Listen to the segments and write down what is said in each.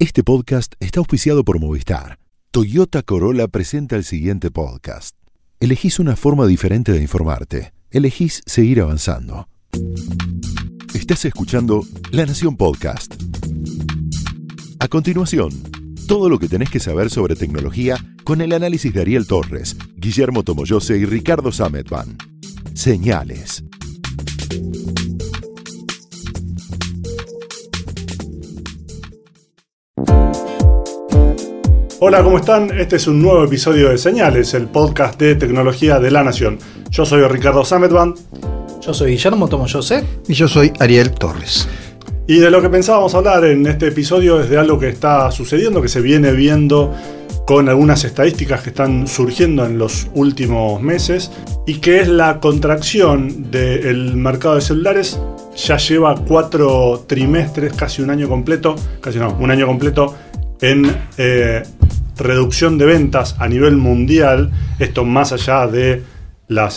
Este podcast está auspiciado por Movistar. Toyota Corolla presenta el siguiente podcast. Elegís una forma diferente de informarte. Elegís seguir avanzando. Estás escuchando La Nación Podcast. A continuación, todo lo que tenés que saber sobre tecnología con el análisis de Ariel Torres, Guillermo Tomoyose y Ricardo Sametban. Señales. Hola, ¿cómo están? Este es un nuevo episodio de Señales, el podcast de tecnología de La Nación. Yo soy Ricardo Sametban. Yo soy Guillermo Tomoyose. Y yo soy Ariel Torres. Y de lo que pensábamos hablar en este episodio es de algo que está sucediendo, que se viene viendo con algunas estadísticas que están surgiendo en los últimos meses, y que es la contracción del mercado de celulares. Ya lleva 4 trimestres, casi un año completo, un año completo en reducción de ventas a nivel mundial. Esto más allá de las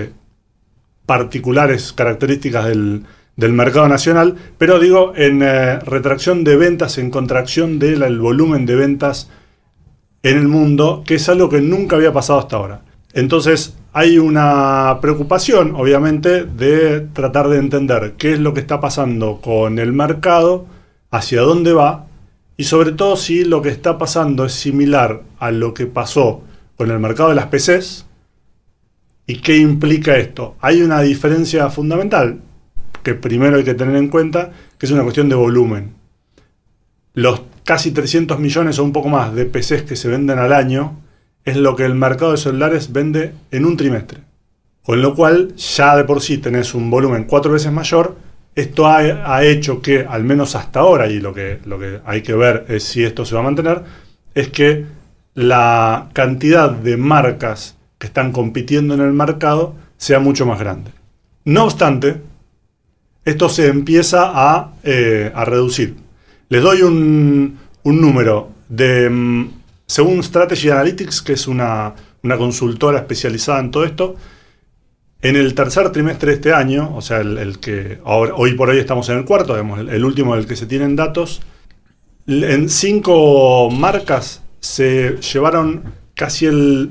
particulares características del mercado nacional, pero digo, en retracción de ventas, en contracción del volumen de ventas en el mundo, que es algo que nunca había pasado hasta ahora. Entonces hay una preocupación, obviamente, de tratar de entender qué es lo que está pasando con el mercado, hacia dónde va, y sobre todo si lo que está pasando es similar a lo que pasó con el mercado de las PCs. ¿Y qué implica esto? Hay una diferencia fundamental que primero hay que tener en cuenta, que es una cuestión de volumen. Los casi 300 millones o un poco más de PCs que se venden al año es lo que el mercado de celulares vende en un trimestre. Con lo cual, ya de por sí tenés un volumen 4 veces mayor. Esto ha hecho que, al menos hasta ahora, y lo que hay que ver es si esto se va a mantener, es que la cantidad de marcas que están compitiendo en el mercado sea mucho más grande. No obstante, esto se empieza a reducir. Les doy un número de, según Strategy Analytics, que es una consultora especializada en todo esto. En el tercer trimestre de este año, o sea, el que hoy por hoy estamos en el cuarto, digamos, el último del que se tienen datos, en 5 marcas se llevaron casi el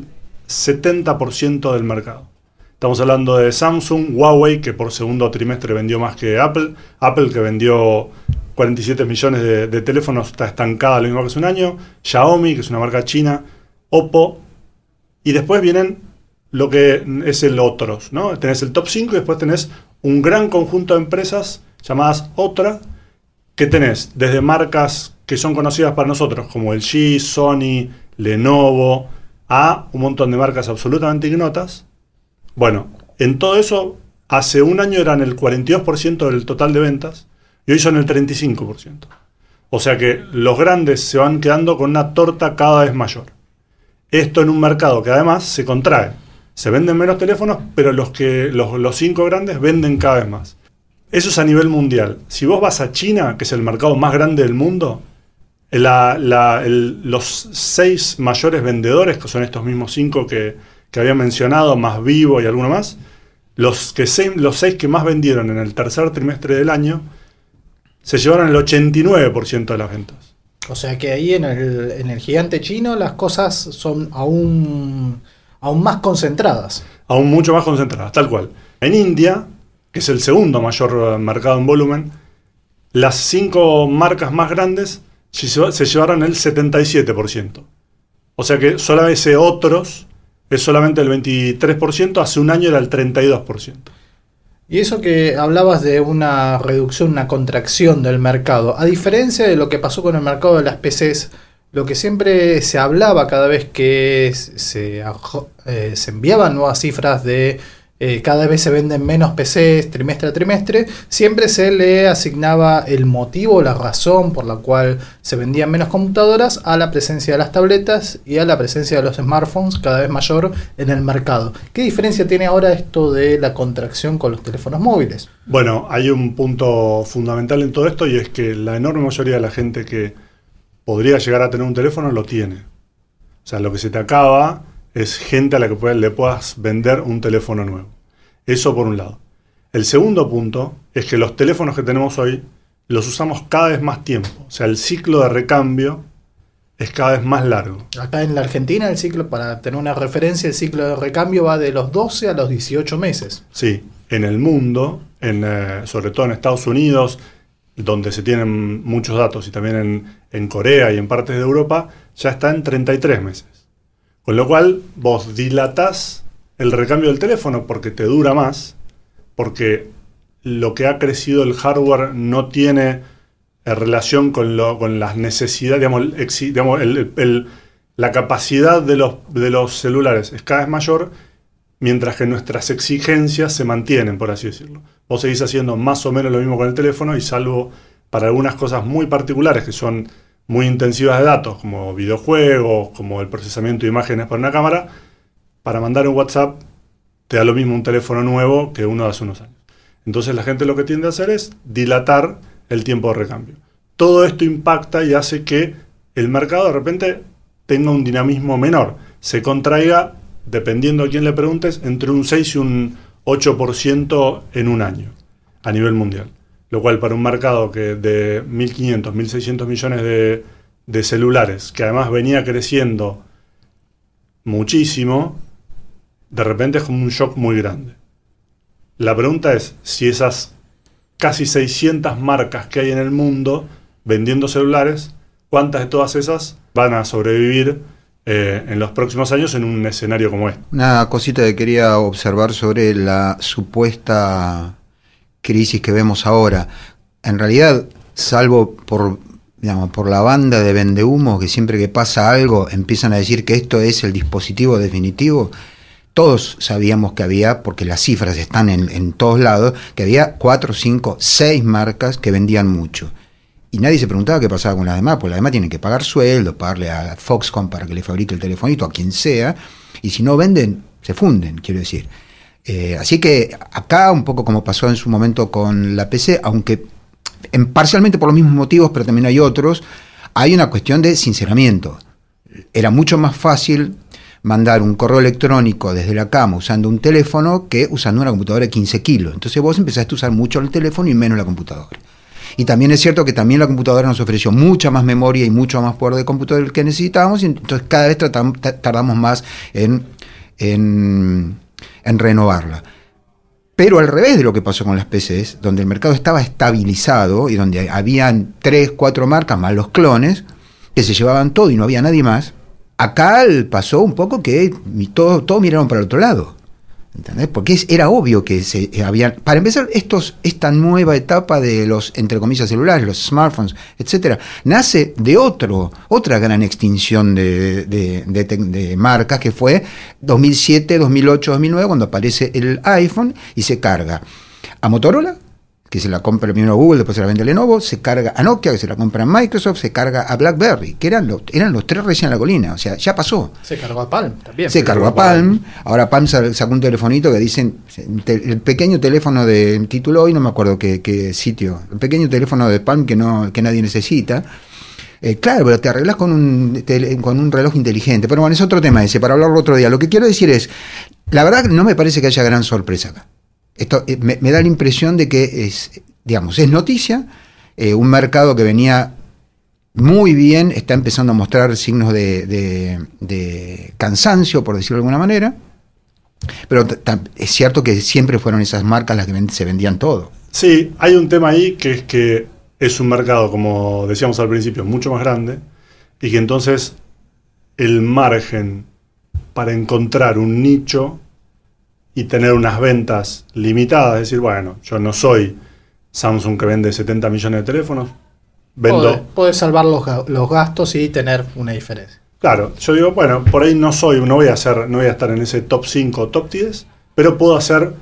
70% del mercado. Estamos hablando de Samsung, Huawei, que por segundo trimestre vendió más que Apple, que vendió 47 millones de teléfonos, está estancada lo mismo que hace un año, Xiaomi, que es una marca china, Oppo, y después vienen lo que es el otros, ¿no? Tenés el top 5 y después tenés un gran conjunto de empresas llamadas otra, que tenés desde marcas que son conocidas para nosotros, como LG, Sony, Lenovo, a un montón de marcas absolutamente ignotas. Bueno, en todo eso, hace un año eran el 42% del total de ventas y hoy son el 35%. O sea que los grandes se van quedando con una torta cada vez mayor. Esto en un mercado que además se contrae. Se venden menos teléfonos, pero los 5 grandes venden cada vez más. Eso es a nivel mundial. Si vos vas a China, que es el mercado más grande del mundo, los 6 mayores vendedores, que son estos mismos 5 que había mencionado, más Vivo y alguno más, los 6 que más vendieron en el tercer trimestre del año, se llevaron el 89% de las ventas. O sea que ahí en el gigante chino las cosas son aún más concentradas. Aún mucho más concentradas, tal cual. En India, que es el segundo mayor mercado en volumen, las 5 marcas más grandes se llevaron el 77%. O sea que solo ese otros es solamente el 23%, hace un año era el 32%. Y eso que hablabas de una reducción, una contracción del mercado, a diferencia de lo que pasó con el mercado de las PCs, lo que siempre se hablaba cada vez que se enviaban nuevas cifras de cada vez se venden menos PCs trimestre a trimestre, siempre se le asignaba el motivo, la razón por la cual se vendían menos computadoras a la presencia de las tabletas y a la presencia de los smartphones cada vez mayor en el mercado. ¿Qué diferencia tiene ahora esto de la contracción con los teléfonos móviles? Bueno, hay un punto fundamental en todo esto, y es que la enorme mayoría de la gente que podría llegar a tener un teléfono lo tiene. O sea, lo que se te acaba es gente a la que le puedas vender un teléfono nuevo. Eso por un lado. El segundo punto es que los teléfonos que tenemos hoy los usamos cada vez más tiempo. O sea, el ciclo de recambio es cada vez más largo. Acá en la Argentina, el ciclo, para tener una referencia, el ciclo de recambio va de los 12 a los 18 meses. Sí, en el mundo, sobre todo en Estados Unidos, donde se tienen muchos datos, y también en Corea y en partes de Europa, ya está en 33 meses. Con lo cual, vos dilatás el recambio del teléfono porque te dura más, porque lo que ha crecido el hardware no tiene relación con las necesidades, la capacidad de los celulares es cada vez mayor, mientras que nuestras exigencias se mantienen, por así decirlo. Vos seguís haciendo más o menos lo mismo con el teléfono, y salvo para algunas cosas muy particulares que son muy intensivas de datos, como videojuegos, como el procesamiento de imágenes por una cámara, para mandar un WhatsApp te da lo mismo un teléfono nuevo que uno de hace unos años. Entonces la gente lo que tiende a hacer es dilatar el tiempo de recambio. Todo esto impacta y hace que el mercado de repente tenga un dinamismo menor, se contraiga, dependiendo a quién le preguntes, entre un 6 y un 8% en un año a nivel mundial. Lo cual para un mercado que de 1.500, 1.600 millones de celulares, que además venía creciendo muchísimo, de repente es como un shock muy grande. La pregunta es si esas casi 600 marcas que hay en el mundo vendiendo celulares, ¿cuántas de todas esas van a sobrevivir en los próximos años en un escenario como este? Una cosita que quería observar sobre la supuesta crisis que vemos ahora. En realidad, salvo por la banda de vendehumos que siempre que pasa algo empiezan a decir que esto es el dispositivo definitivo, todos sabíamos que había, porque las cifras están en todos lados, que había 4, 5, 6 marcas que vendían mucho. Y nadie se preguntaba qué pasaba con las demás, porque las demás tienen que pagar sueldo, pagarle a Foxconn para que le fabrique el telefonito, a quien sea, y si no venden, se funden, quiero decir. Así que acá, un poco como pasó en su momento con la PC, aunque parcialmente por los mismos motivos, pero también hay otros, hay una cuestión de sinceramiento. Era mucho más fácil mandar un correo electrónico desde la cama usando un teléfono que usando una computadora de 15 kilos. Entonces vos empezaste a usar mucho el teléfono y menos la computadora. Y también es cierto que también la computadora nos ofreció mucha más memoria y mucho más poder de computador que necesitábamos, y entonces cada vez tardamos más en renovarla. Pero al revés de lo que pasó con las PCs, donde el mercado estaba estabilizado y donde habían 3, 4 marcas más los clones que se llevaban todo y no había nadie más, acá pasó un poco que todos miraron para el otro lado. ¿Entendés? Porque era obvio que habían. Para empezar, esta nueva etapa de los, entre comillas, celulares, los smartphones, etcétera, nace de otra gran extinción de marcas, que fue 2007, 2008, 2009, cuando aparece el iPhone y se carga a Motorola, que se la compra primero Google, después se la vende Lenovo, se carga a Nokia, que se la compra Microsoft, se carga a BlackBerry, que eran los 3 recién en la colina, o sea, ya pasó. Se cargó a Palm también. Se cargó a Palm, ahora Palm sacó un telefonito que dicen, el pequeño teléfono de, tituló hoy, no me acuerdo qué sitio, el pequeño teléfono de Palm que nadie necesita. Claro, pero te arreglas con un reloj inteligente, pero bueno, es otro tema ese, para hablarlo otro día. Lo que quiero decir es, la verdad no me parece que haya gran sorpresa acá. Esto me da la impresión de que es noticia, un mercado que venía muy bien, está empezando a mostrar signos de cansancio, por decirlo de alguna manera, pero es cierto que siempre fueron esas marcas las que se vendían todo. Sí, hay un tema ahí que es un mercado, como decíamos al principio, mucho más grande, y que entonces el margen para encontrar un nicho y tener unas ventas limitadas, es decir, bueno, yo no soy Samsung que vende 70 millones de teléfonos, vendo... Podés salvar los gastos y tener una diferencia. Claro, yo digo, bueno, por ahí no voy a estar en ese top 5 o top 10, pero puedo hacer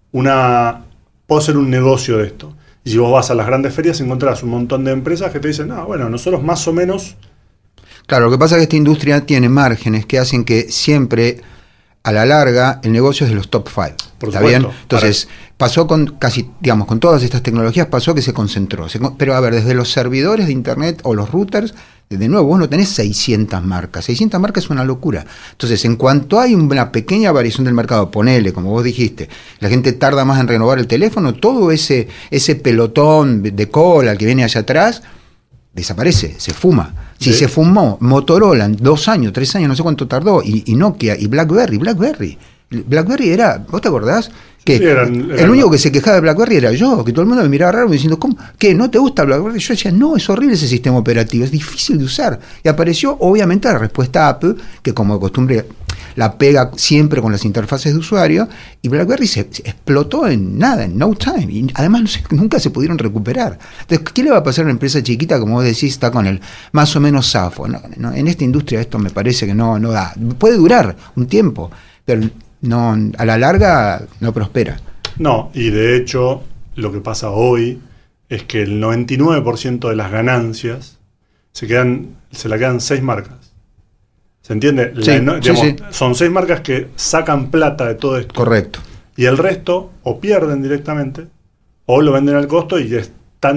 un negocio de esto. Y si vos vas a las grandes ferias encontrás un montón de empresas que te dicen, bueno, nosotros más o menos... Claro, lo que pasa es que esta industria tiene márgenes que hacen que siempre a la larga el negocio es de los top 5. ¿Está bien? Entonces, pasó con casi, digamos, con todas estas tecnologías, pasó que se concentró. Pero a ver, desde los servidores de internet o los routers, de nuevo, vos no tenés 600 marcas. 600 marcas es una locura. Entonces, en cuanto hay una pequeña variación del mercado, ponele, como vos dijiste, la gente tarda más en renovar el teléfono, todo ese pelotón de cola que viene allá atrás, desaparece, se fuma. Si se fumó Motorola en 2 años, 3 años, no sé cuánto tardó, y Nokia, y BlackBerry era, ¿vos te acordás? Que sí, el único que se quejaba de BlackBerry era yo, que todo el mundo me miraba raro diciendo, ¿cómo? ¿Qué? ¿No te gusta BlackBerry? Yo decía, no, es horrible ese sistema operativo, es difícil de usar. Y apareció, obviamente, la respuesta Apple, que como de costumbre la pega siempre con las interfaces de usuario, y BlackBerry se explotó en nada, en no time, y además nunca se pudieron recuperar. Entonces, ¿qué le va a pasar a una empresa chiquita, como vos decís, está con el más o menos zafo? No, en esta industria esto me parece que no da. Puede durar un tiempo, pero no, a la larga no prospera. No, y de hecho lo que pasa hoy es que el 99% de las ganancias se la quedan 6 marcas. ¿Se entiende? Sí, sí. Son 6 marcas que sacan plata de todo esto. Correcto. Y el resto o pierden directamente o lo venden al costo, y es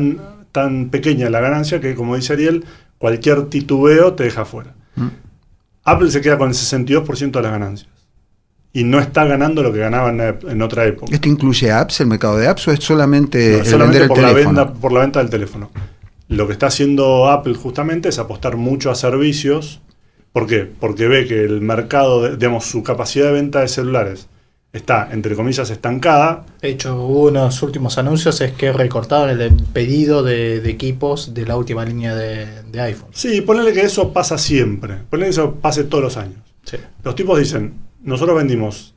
tan pequeña la ganancia que, como dice Ariel, cualquier titubeo te deja fuera. Apple se queda con el 62% de las ganancias. Y no está ganando lo que ganaba en otra época. ¿Esto incluye apps, el mercado de apps, o es solamente vender el teléfono? Por la venta del teléfono. Lo que está haciendo Apple justamente es apostar mucho a servicios. ¿Por qué? Porque ve que el mercado, digamos, su capacidad de venta de celulares está, entre comillas, estancada. De hecho, unos últimos anuncios es que recortaron el pedido de equipos de la última línea de iPhone. Sí, ponele que eso pasa siempre. Ponele que eso pase todos los años. Sí. Los tipos dicen, nosotros vendimos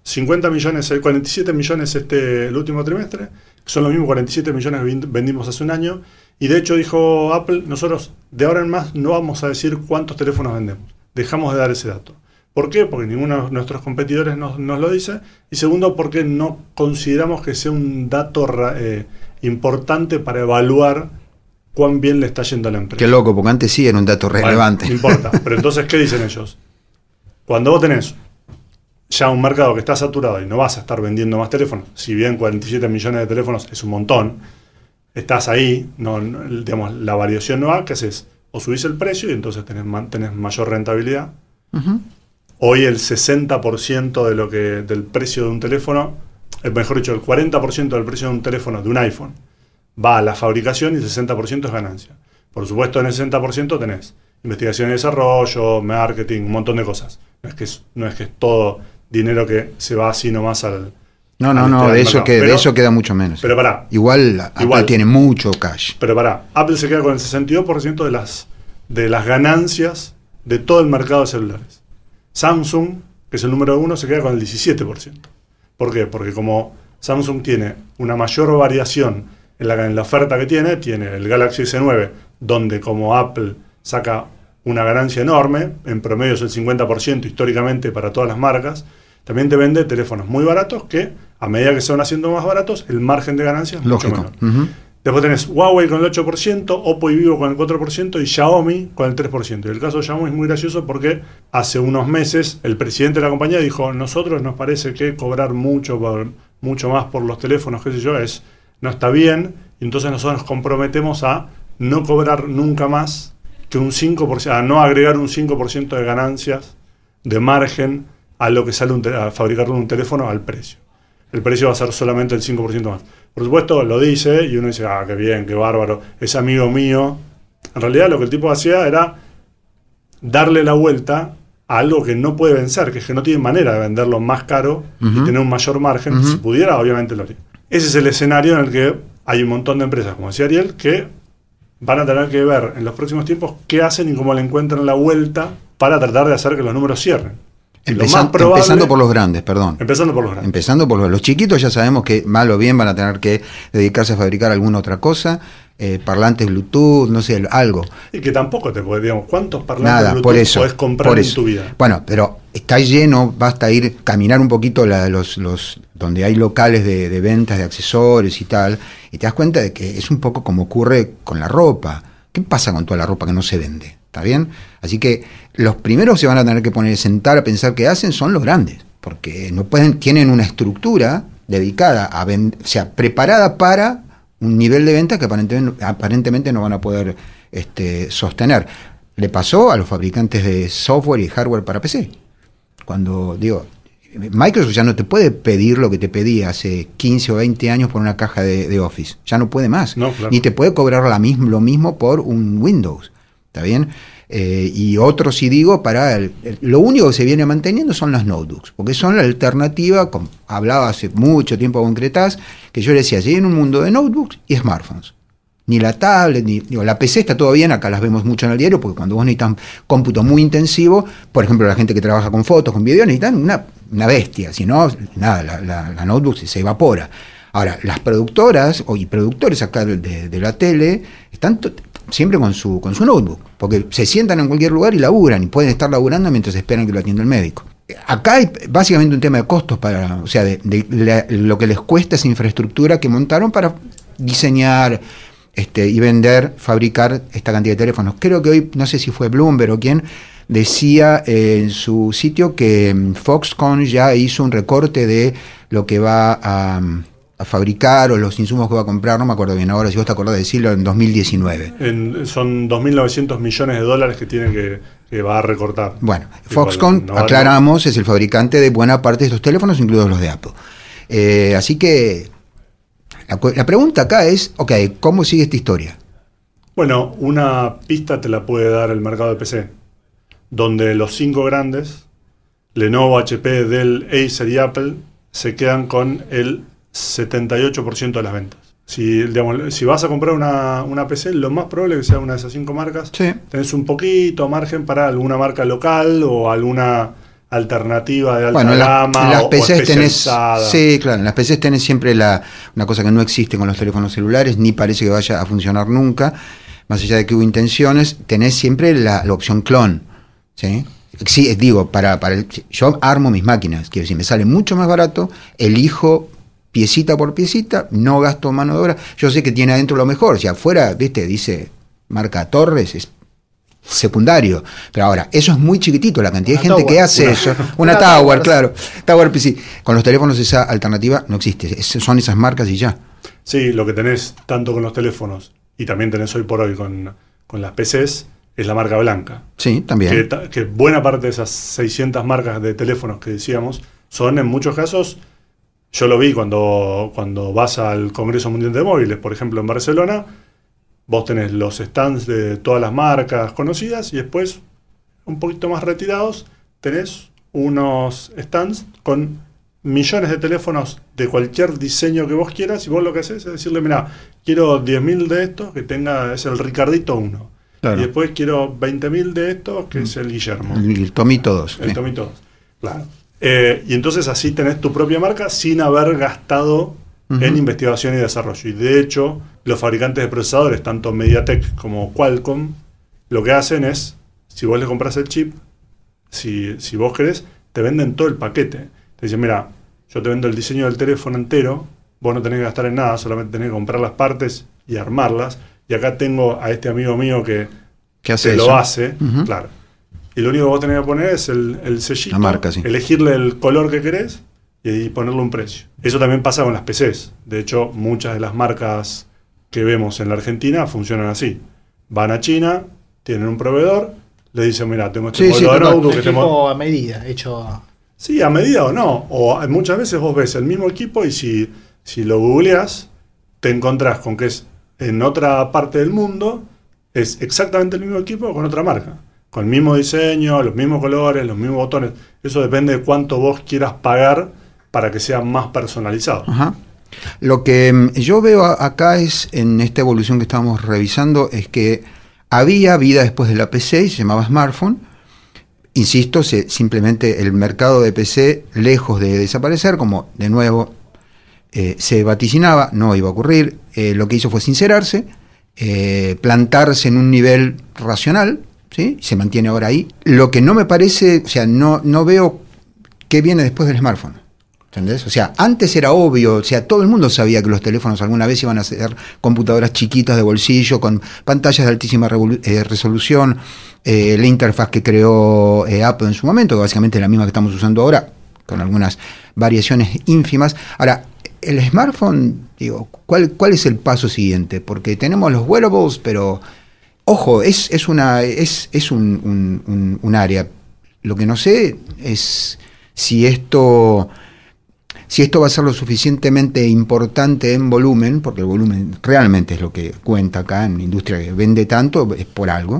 47 millones el último trimestre, que son los mismos 47 millones que vendimos hace un año, y de hecho dijo Apple, nosotros de ahora en más no vamos a decir cuántos teléfonos vendemos, dejamos de dar ese dato. ¿Por qué? Porque ninguno de nuestros competidores nos lo dice, y segundo, porque no consideramos que sea un dato importante para evaluar cuán bien le está yendo a la empresa. Qué loco, porque antes sí era un dato relevante. Bueno, no importa, pero entonces, ¿qué dicen ellos? Cuando vos tenés ya un mercado que está saturado y no vas a estar vendiendo más teléfonos, si bien 47 millones de teléfonos es un montón, estás ahí, digamos, la variación no va, ¿qué haces? O subís el precio y entonces tenés mayor rentabilidad. Uh-huh. Hoy el 60% del precio de un teléfono, mejor dicho, el 40% del precio de un teléfono, de un iPhone, va a la fabricación y el 60% es ganancia. Por supuesto, en el 60% tenés investigación y desarrollo, marketing, un montón de cosas. No es que es todo dinero que se va así nomás al... No, de eso queda mucho menos. Pero pará. Igual Apple tiene mucho cash. Pero pará, Apple se queda con el 62% de las ganancias de todo el mercado de celulares. Samsung, que es el número 1, se queda con el 17%. ¿Por qué? Porque como Samsung tiene una mayor variación en la oferta que tiene el Galaxy S9, donde como Apple saca una ganancia enorme, en promedio es el 50% históricamente para todas las marcas, también te vende teléfonos muy baratos que, a medida que se van haciendo más baratos, el margen de ganancia es mucho menor. Uh-huh. Después tenés Huawei con el 8%, Oppo y Vivo con el 4% y Xiaomi con el 3%. Y el caso de Xiaomi es muy gracioso porque hace unos meses el presidente de la compañía dijo, nosotros nos parece que cobrar mucho más por los teléfonos, qué sé yo, no está bien, y entonces nosotros nos comprometemos a no cobrar nunca más que un 5%, a no agregar un 5% de ganancias de margen a lo que sale a fabricar un teléfono al precio. El precio va a ser solamente el 5% más. Por supuesto, lo dice y uno dice, qué bien, qué bárbaro, es amigo mío. En realidad lo que el tipo hacía era darle la vuelta a algo que no puede vencer, que es que no tiene manera de venderlo más caro y tener un mayor margen. Uh-huh. Si pudiera, obviamente lo haría. Ese es el escenario en el que hay un montón de empresas, como decía Ariel, que van a tener que ver en los próximos tiempos qué hacen y cómo le encuentran la vuelta para tratar de hacer que los números cierren. Empezando por los grandes, perdón. Empezando por los grandes. Empezando por los chiquitos, ya sabemos que mal o bien van a tener que dedicarse a fabricar alguna otra cosa, parlantes Bluetooth, no sé, algo. Y que tampoco te puede, digamos, ¿cuántos parlantes Bluetooth podés comprar en tu vida? Bueno, pero está lleno, basta caminar un poquito donde hay locales de ventas de accesorios y tal, y te das cuenta de que es un poco como ocurre con la ropa. ¿Qué pasa con toda la ropa que no se vende? ¿Está bien? Así que los primeros se van a tener que sentar a pensar qué hacen son los grandes. porque no pueden, tienen una estructura dedicada a o sea, preparada para un nivel de venta que aparentemente no van a poder sostener. Le pasó a los fabricantes de software y hardware para PC. Cuando, Microsoft ya no te puede pedir lo que te pedía hace 15 o 20 años por una caja de Office. Ya no puede más. No, claro. Ni te puede cobrar lo mismo por un Windows. ¿Está bien? Y otro, si digo, lo único que se viene manteniendo son las notebooks, porque son la alternativa, como hablaba hace mucho tiempo con Cretaz, que yo le decía, si hay en un mundo de notebooks y smartphones. Ni la tablet, la PC está todo bien, acá las vemos mucho en el diario, porque cuando vos necesitas cómputo muy intensivo, por ejemplo, la gente que trabaja con fotos, con videos, necesitan una bestia, si no, nada, la notebook se evapora. Ahora, las productoras y productores acá de la tele están siempre con su notebook, porque se sientan en cualquier lugar y laburan, y pueden estar laburando mientras esperan que lo atienda el médico. Acá hay básicamente un tema de costos, o sea, de lo que les cuesta esa infraestructura que montaron para diseñar y vender, fabricar esta cantidad de teléfonos. Creo que hoy, no sé si fue Bloomberg o quién, decía en su sitio que Foxconn ya hizo un recorte de lo que va a fabricar o los insumos que va a comprar, no me acuerdo bien ahora, si vos te acordás de decirlo, en 2019. Son 2.900 millones de dólares que tiene que va a recortar. Bueno, Foxconn, aclaramos, es el fabricante de buena parte de estos teléfonos, incluidos los de Apple. Así que la pregunta acá es, ¿cómo sigue esta historia? Bueno, una pista te la puede dar el mercado de PC, donde los 5 grandes, Lenovo, HP, Dell, Acer y Apple, se quedan con el 78% de las ventas. Si vas a comprar una PC, lo más probable es que sea una de esas 5 marcas. Sí. Tenés un poquito margen para alguna marca local o alguna alternativa de alta gama en las o PCs especializada. Sí, claro, en las PCs tenés siempre una cosa que no existe con los teléfonos celulares, ni parece que vaya a funcionar nunca, más allá de que hubo intenciones, tenés siempre la opción clon, ¿sí? Sí, digo, yo armo mis máquinas, quiero decir, me sale mucho más barato, elijo piecita por piecita, no gasto mano de obra, yo sé que tiene adentro lo mejor, si afuera, dice marca Torres, es secundario, pero ahora, eso es muy chiquitito, la cantidad de gente que hace eso, una Tower, claro, Tower PC, con los teléfonos esa alternativa no existe, son esas marcas y ya. Sí, lo que tenés tanto con los teléfonos y también tenés hoy por hoy con las PCs, es la marca blanca. Sí, también. Que buena parte de esas 600 marcas de teléfonos que decíamos son en muchos casos, yo lo vi cuando vas al Congreso Mundial de Móviles, por ejemplo en Barcelona, vos tenés los stands de todas las marcas conocidas y después, un poquito más retirados, tenés unos stands con millones de teléfonos de cualquier diseño que vos quieras y vos lo que haces es decirle, mira, quiero 10.000 de estos que es el Ricardito 1. Claro. Y después quiero 20.000 de estos que es el Guillermo. El Tomito 2. El Tomito 2, claro. Y entonces así tenés tu propia marca sin haber gastado en investigación y desarrollo. Y de hecho, los fabricantes de procesadores, tanto MediaTek como Qualcomm, lo que hacen es, si vos le compras el chip, si vos querés, te venden todo el paquete. Te dicen, mira, yo te vendo el diseño del teléfono entero, vos no tenés que gastar en nada, solamente tenés que comprar las partes y armarlas. Y acá tengo a este amigo mío que lo hace, claro. Y lo único que vos tenés que poner es el sellito, la marca, sí. Elegirle el color que querés y ponerle un precio. Eso también pasa con las PCs. De hecho, muchas de las marcas que vemos en la Argentina funcionan así. Van a China, tienen un proveedor, le dicen, mira, tengo este modelo de notebook que equipo a medida, hecho... Sí, a medida o no. O muchas veces vos ves el mismo equipo y si lo googleás, te encontrás con que es en otra parte del mundo, es exactamente el mismo equipo con otra marca. Con el mismo diseño, los mismos colores, los mismos botones. Eso depende de cuánto vos quieras pagar para que sea más personalizado. Ajá. Lo que yo veo acá es, en esta evolución que estábamos revisando, es que había vida después de la PC y se llamaba smartphone. Insisto, simplemente el mercado de PC, lejos de desaparecer, como de nuevo se vaticinaba, no iba a ocurrir, lo que hizo fue sincerarse, plantarse en un nivel racional, ¿sí? Se mantiene ahora ahí. Lo que no me parece, o sea, no veo qué viene después del smartphone. ¿Entendés? O sea, antes era obvio, o sea, todo el mundo sabía que los teléfonos alguna vez iban a ser computadoras chiquitas de bolsillo, con pantallas de altísima resolución, la interfaz que creó Apple en su momento, que básicamente es la misma que estamos usando ahora, con algunas variaciones ínfimas. Ahora, el smartphone, digo, ¿cuál es el paso siguiente? Porque tenemos los wearables, pero ojo, es un área. Lo que no sé es si esto va a ser lo suficientemente importante en volumen, porque el volumen realmente es lo que cuenta acá en la industria que vende tanto, es por algo,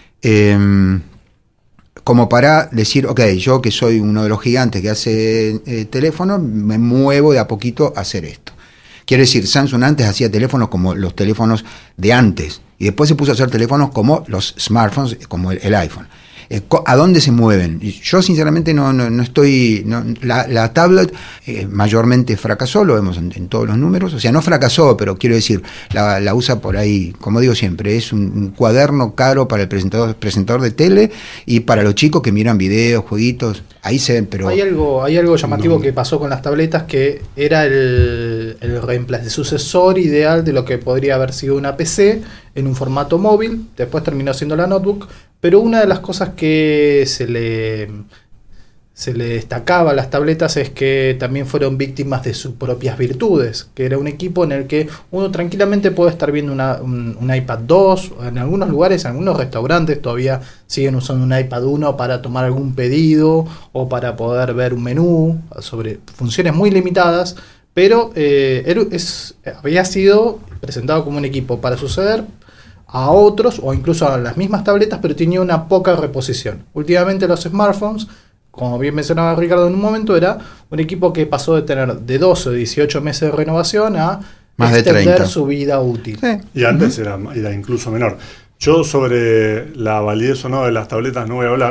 como para decir, ok, yo que soy uno de los gigantes que hace teléfonos, me muevo de a poquito a hacer esto. Quiere decir, Samsung antes hacía teléfonos como los teléfonos de antes, y después se puso a hacer teléfonos como los smartphones, como el iPhone. ¿A dónde se mueven? Yo sinceramente no estoy... la tablet mayormente fracasó, lo vemos en todos los números, o sea, no fracasó, pero quiero decir, la usa por ahí, como digo siempre, es un cuaderno caro para el presentador de tele y para los chicos que miran videos, jueguitos, ahí se ven, pero... Hay algo llamativo que pasó con las tabletas, que era el sucesor ideal de lo que podría haber sido una PC en un formato móvil, después terminó siendo la notebook. Pero una de las cosas que se le destacaba a las tabletas es que también fueron víctimas de sus propias virtudes, que era un equipo en el que uno tranquilamente puede estar viendo un iPad 2, en algunos lugares, en algunos restaurantes todavía siguen usando un iPad 1 para tomar algún pedido o para poder ver un menú, sobre funciones muy limitadas, pero había sido presentado como un equipo para suceder a otros o incluso a las mismas tabletas, pero tenía una poca reposición. Últimamente los smartphones, como bien mencionaba Ricardo en un momento, era un equipo que pasó de tener de 12 o 18 meses de renovación a más extender de 30. su vida útil. Sí. Y antes era incluso menor. Yo sobre la validez o no de las tabletas no voy a hablar.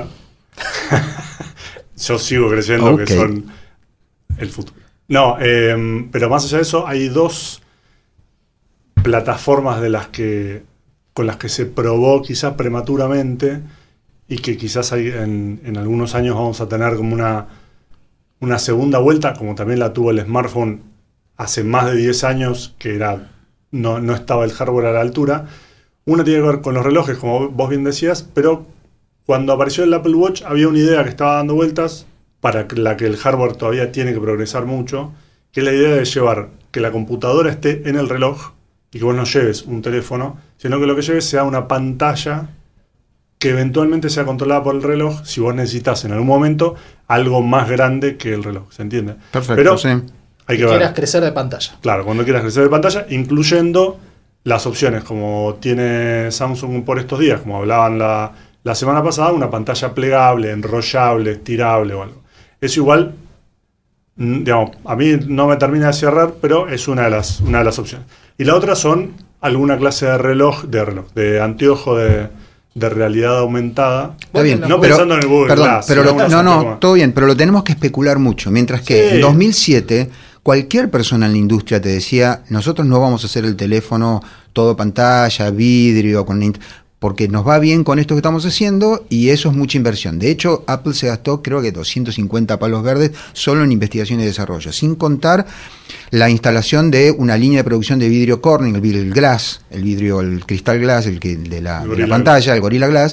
Yo sigo creyendo que son el futuro. No, pero más allá de eso, hay dos plataformas con las que se probó quizás prematuramente y que quizás en algunos años vamos a tener como una segunda vuelta, como también la tuvo el smartphone hace más de 10 años, que no estaba el hardware a la altura. Una tiene que ver con los relojes, como vos bien decías, pero cuando apareció el Apple Watch había una idea que estaba dando vueltas, para la que el hardware todavía tiene que progresar mucho, que es la idea de llevar que la computadora esté en el reloj y que vos no lleves un teléfono, sino que lo que lleves sea una pantalla que eventualmente sea controlada por el reloj si vos necesitas en algún momento algo más grande que el reloj, ¿se entiende? Perfecto, pero sí. Hay que ver. Quieras crecer de pantalla. Claro, cuando quieras crecer de pantalla, incluyendo las opciones, como tiene Samsung por estos días, como hablaban la semana pasada, una pantalla plegable, enrollable, estirable o algo. Eso igual, digamos, a mí no me termina de cerrar, pero es una de las opciones. Y la otra son alguna clase de reloj, de anteojo de realidad aumentada. Está bien, no pero, pensando en el Google perdón, Glass. pero todo bien, pero lo tenemos que especular mucho. Mientras que en 2007 cualquier persona en la industria te decía, nosotros no vamos a hacer el teléfono todo pantalla, vidrio, porque nos va bien con esto que estamos haciendo y eso es mucha inversión. De hecho, Apple se gastó creo que 250 palos verdes solo en investigación y desarrollo, sin contar la instalación de una línea de producción de vidrio Corning, el Glass, el cristal Glass, de la pantalla, el Gorilla Glass,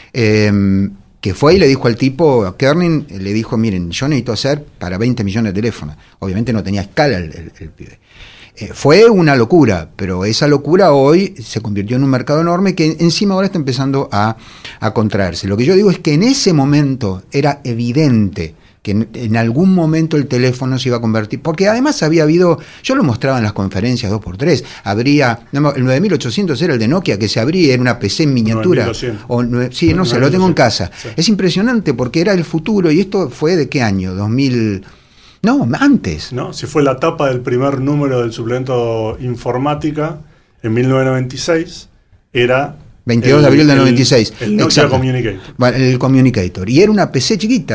que fue y le dijo al tipo, a Corning, le dijo, miren, yo necesito hacer para 20 millones de teléfonos. Obviamente no tenía escala el pibe. Fue una locura, pero esa locura hoy se convirtió en un mercado enorme que encima ahora está empezando a contraerse. Lo que yo digo es que en ese momento era evidente que en algún momento el teléfono se iba a convertir, porque además había habido, yo lo mostraba en las conferencias 2x3, el 9800 era el de Nokia que se abría, era una PC en miniatura, sí, no sé, lo tengo en casa. Sí. Es impresionante porque era el futuro, y esto fue ¿de qué año? 2000... No, antes. No, si fue la tapa del primer número del suplemento Informática en 1996, era 22 de abril del 96. El Nokia Communicator. Bueno, el Communicator. Y era una PC chiquita,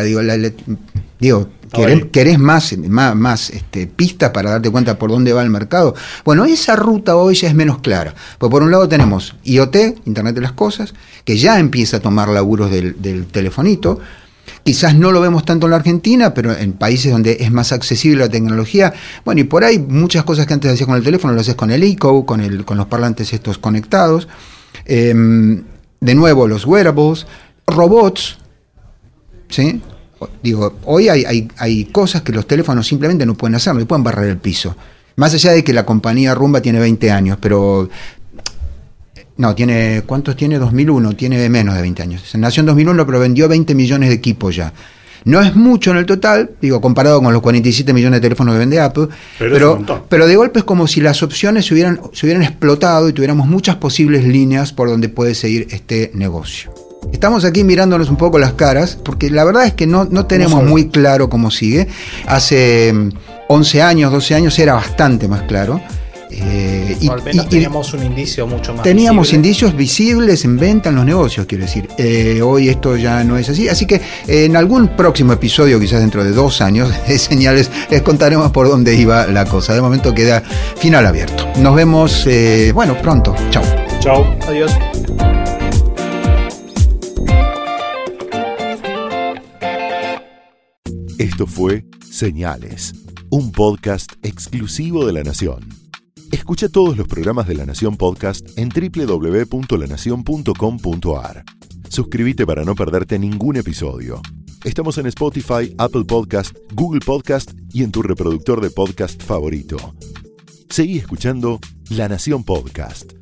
¿querés más pistas para darte cuenta por dónde va el mercado? Bueno, esa ruta hoy ya es menos clara. Pues por un lado tenemos IoT, Internet de las Cosas, que ya empieza a tomar laburos del telefonito. Quizás no lo vemos tanto en la Argentina, pero en países donde es más accesible la tecnología. Bueno, y por ahí muchas cosas que antes hacías con el teléfono lo haces con el Eco, con los parlantes estos conectados. De nuevo, los wearables, robots, ¿sí? Digo, hoy hay cosas que los teléfonos simplemente no pueden hacer, no pueden barrer el piso. Más allá de que la compañía Rumba tiene 20 años, pero... No, ¿cuántos tiene? 2001, tiene menos de 20 años. Nació en 2001, pero vendió 20 millones de equipos ya. No es mucho en el total, digo, comparado con los 47 millones de teléfonos que vende Apple, pero de golpe es como si las opciones se hubieran explotado y tuviéramos muchas posibles líneas por donde puede seguir este negocio. Estamos aquí mirándonos un poco las caras, porque la verdad es que no tenemos muy claro cómo sigue. Hace 11 años, 12 años era bastante más claro. O al menos teníamos un indicio mucho más teníamos visible. Indicios visibles en venta en los negocios, quiero decir. Hoy esto ya no es así, así que en algún próximo episodio, quizás dentro de 2 años de señales, les contaremos por dónde iba la cosa. De momento queda final abierto. Nos vemos pronto. Chao. Adiós. Esto fue Señales, un podcast exclusivo de La Nación. Escucha todos los programas de La Nación Podcast en www.lanacion.com.ar. Suscríbete para no perderte ningún episodio. Estamos en Spotify, Apple Podcast, Google Podcast y en tu reproductor de podcast favorito. Seguí escuchando La Nación Podcast.